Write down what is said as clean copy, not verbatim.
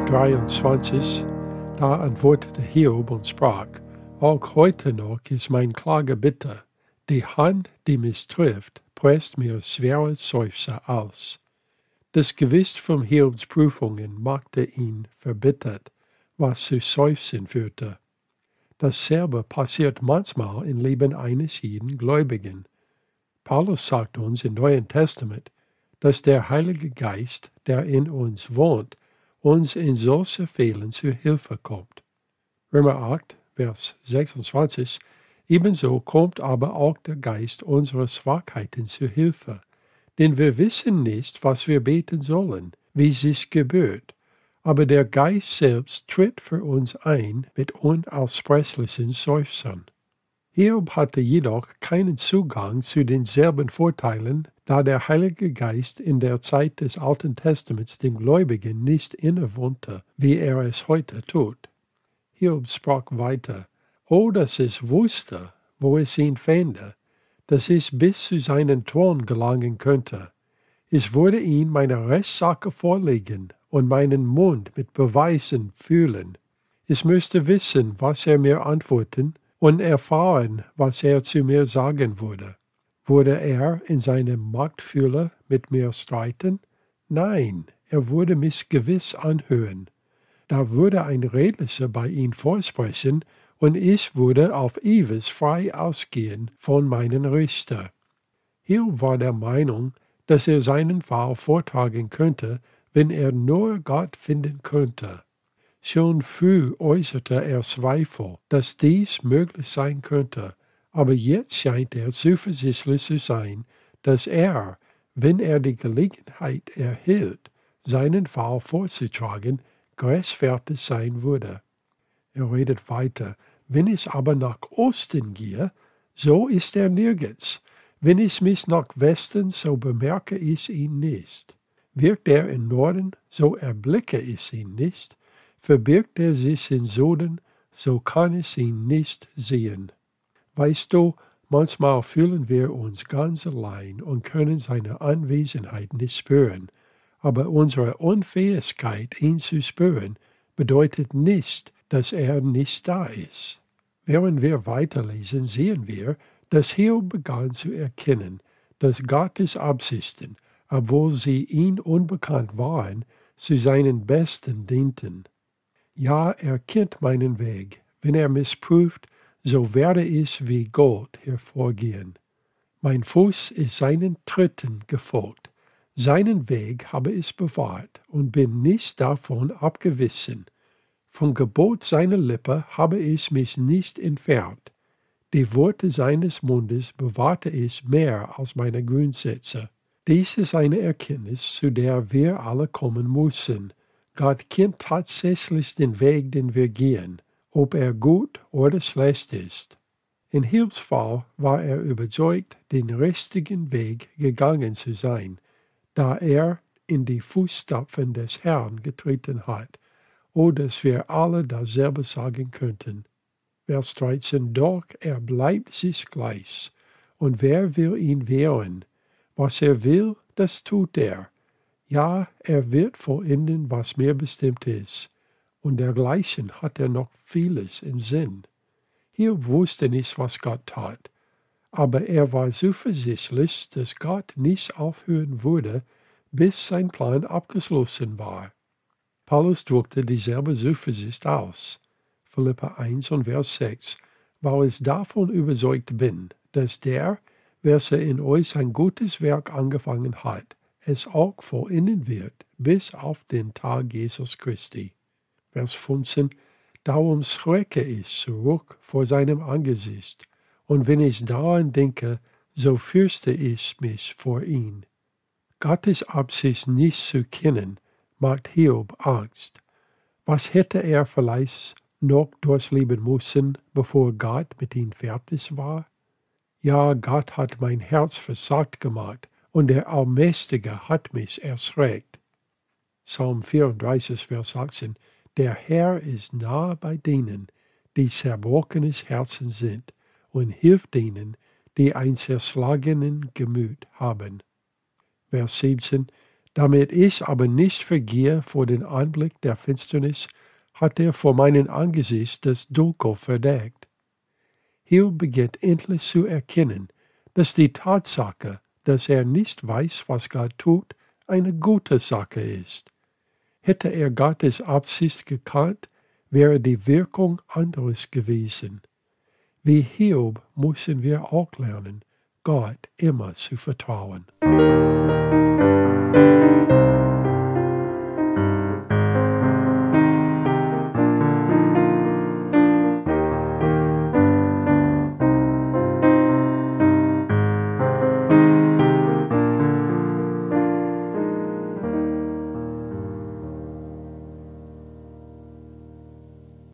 23, da antwortete Hiob und sprach: Auch heute noch ist mein Klage bitter. Die Hand, die mich trifft, presst mir schwere Seufzer aus. Das Gewiss von Hiobs Prüfungen machte ihn verbittert, was zu Seufzen führte. Dasselbe passiert manchmal im Leben eines jeden Gläubigen. Paulus sagt uns im Neuen Testament, dass der Heilige Geist, der in uns wohnt, uns in solchen Fällen zu Hilfe kommt. Römer 8, Vers 26, ebenso kommt aber auch der Geist unserer Schwachheiten zu Hilfe, denn wir wissen nicht, was wir beten sollen, wie es gebührt, aber der Geist selbst tritt für uns ein mit unaussprechlichen Seufzern. Hiob hatte jedoch keinen Zugang zu denselben Vorteilen, da der Heilige Geist in der Zeit des Alten Testaments den Gläubigen nicht innewohnte, wie er es heute tut. Hiob sprach weiter: O, dass ich wusste, wo es ihn fände, dass ich bis zu seinen Thron gelangen könnte. Ich würde ihn meine Rechtssache vorlegen und meinen Mund mit Beweisen füllen. Ich müsste wissen, was er mir antworten und erfahren, was er zu mir sagen würde. Würde er in seiner Machtfülle mit mir streiten? Nein, er würde mich gewiss anhören. Da würde ein Redlicher bei ihm vorsprechen, und ich würde auf ewig frei ausgehen von meinen Richter. Hiob war der Meinung, dass er seinen Fall vortragen könnte, wenn er nur Gott finden könnte. Schon früh äußerte er Zweifel, dass dies möglich sein könnte, aber jetzt scheint er zuversichtlich zu sein, dass er, wenn er die Gelegenheit erhielt, seinen Fall vorzutragen, gerechtfertigt sein würde. Er redet weiter: Wenn ich aber nach Osten gehe, so ist er nirgends. Wenn ich mich nach Westen, so bemerke ich ihn nicht. Wirkt er im Norden, so erblicke ich ihn nicht. Verbirgt er sich im Süden, so kann ich ihn nicht sehen. Weißt du, manchmal fühlen wir uns ganz allein und können seine Anwesenheit nicht spüren, aber unsere Unfähigkeit, ihn zu spüren, bedeutet nicht, dass er nicht da ist. Während wir weiterlesen, sehen wir, dass Hiob begann zu erkennen, dass Gottes Absichten, obwohl sie ihm unbekannt waren, zu seinen Besten dienten. Ja, er kennt meinen Weg. Wenn er mich prüft, so werde ich wie Gold hervorgehen. Mein Fuß ist seinen Tritten gefolgt. Seinen Weg habe ich bewahrt und bin nicht davon abgewichen. Vom Gebot seiner Lippe habe ich mich nicht entfernt. Die Worte seines Mundes bewahrte ich mehr als meine Grundsätze. Dies ist eine Erkenntnis, zu der wir alle kommen müssen. Gott kennt tatsächlich den Weg, den wir gehen, ob er gut oder schlecht ist. In Hiobs Fall war er überzeugt, den richtigen Weg gegangen zu sein, da er in die Fußstapfen des Herrn getreten hat, o dass wir alle dasselbe sagen könnten. Vers 13: Doch er bleibt sich gleich, und wer will ihn wehren? Was er will, das tut er. Ja, er wird vollenden, was mir bestimmt ist, und dergleichen hat er noch vieles im Sinn. Hiob wusste nicht, was Gott tat, aber er war zuversichtlich, dass Gott nicht aufhören würde, bis sein Plan abgeschlossen war. Paulus drückte dieselbe Zuversicht aus. Philipper 1 und Vers 6, weil ich davon überzeugt bin, dass der, welcher in euch ein gutes Werk angefangen hat, es auch vollenden wird, bis auf den Tag Jesus Christi. Vers 15, darum schrecke ich zurück vor seinem Angesicht, und wenn ich daran denke, so fürchte ich mich vor ihm. Gottes Absicht nicht zu kennen, macht Hiob Angst. Was hätte er vielleicht noch durchleben müssen, bevor Gott mit ihm fertig war? Ja, Gott hat mein Herz versagt gemacht, und der Allmächtige hat mich erschreckt. Psalm 34, Vers 18: Der Herr ist nahe bei denen, die zerbrochenes Herzen sind, und hilft denen, die ein zerschlagenen Gemüt haben. Vers 17: Damit ich aber nicht vergehe vor den Anblick der Finsternis, hat er vor meinem Angesicht das Dunkel verdeckt. Hiob beginnt endlich zu erkennen, dass die Tatsache, dass er nicht weiß, was Gott tut, eine gute Sache ist. Hätte er Gottes Absicht gekannt, wäre die Wirkung anderes gewesen. Wie Hiob müssen wir auch lernen, Gott immer zu vertrauen.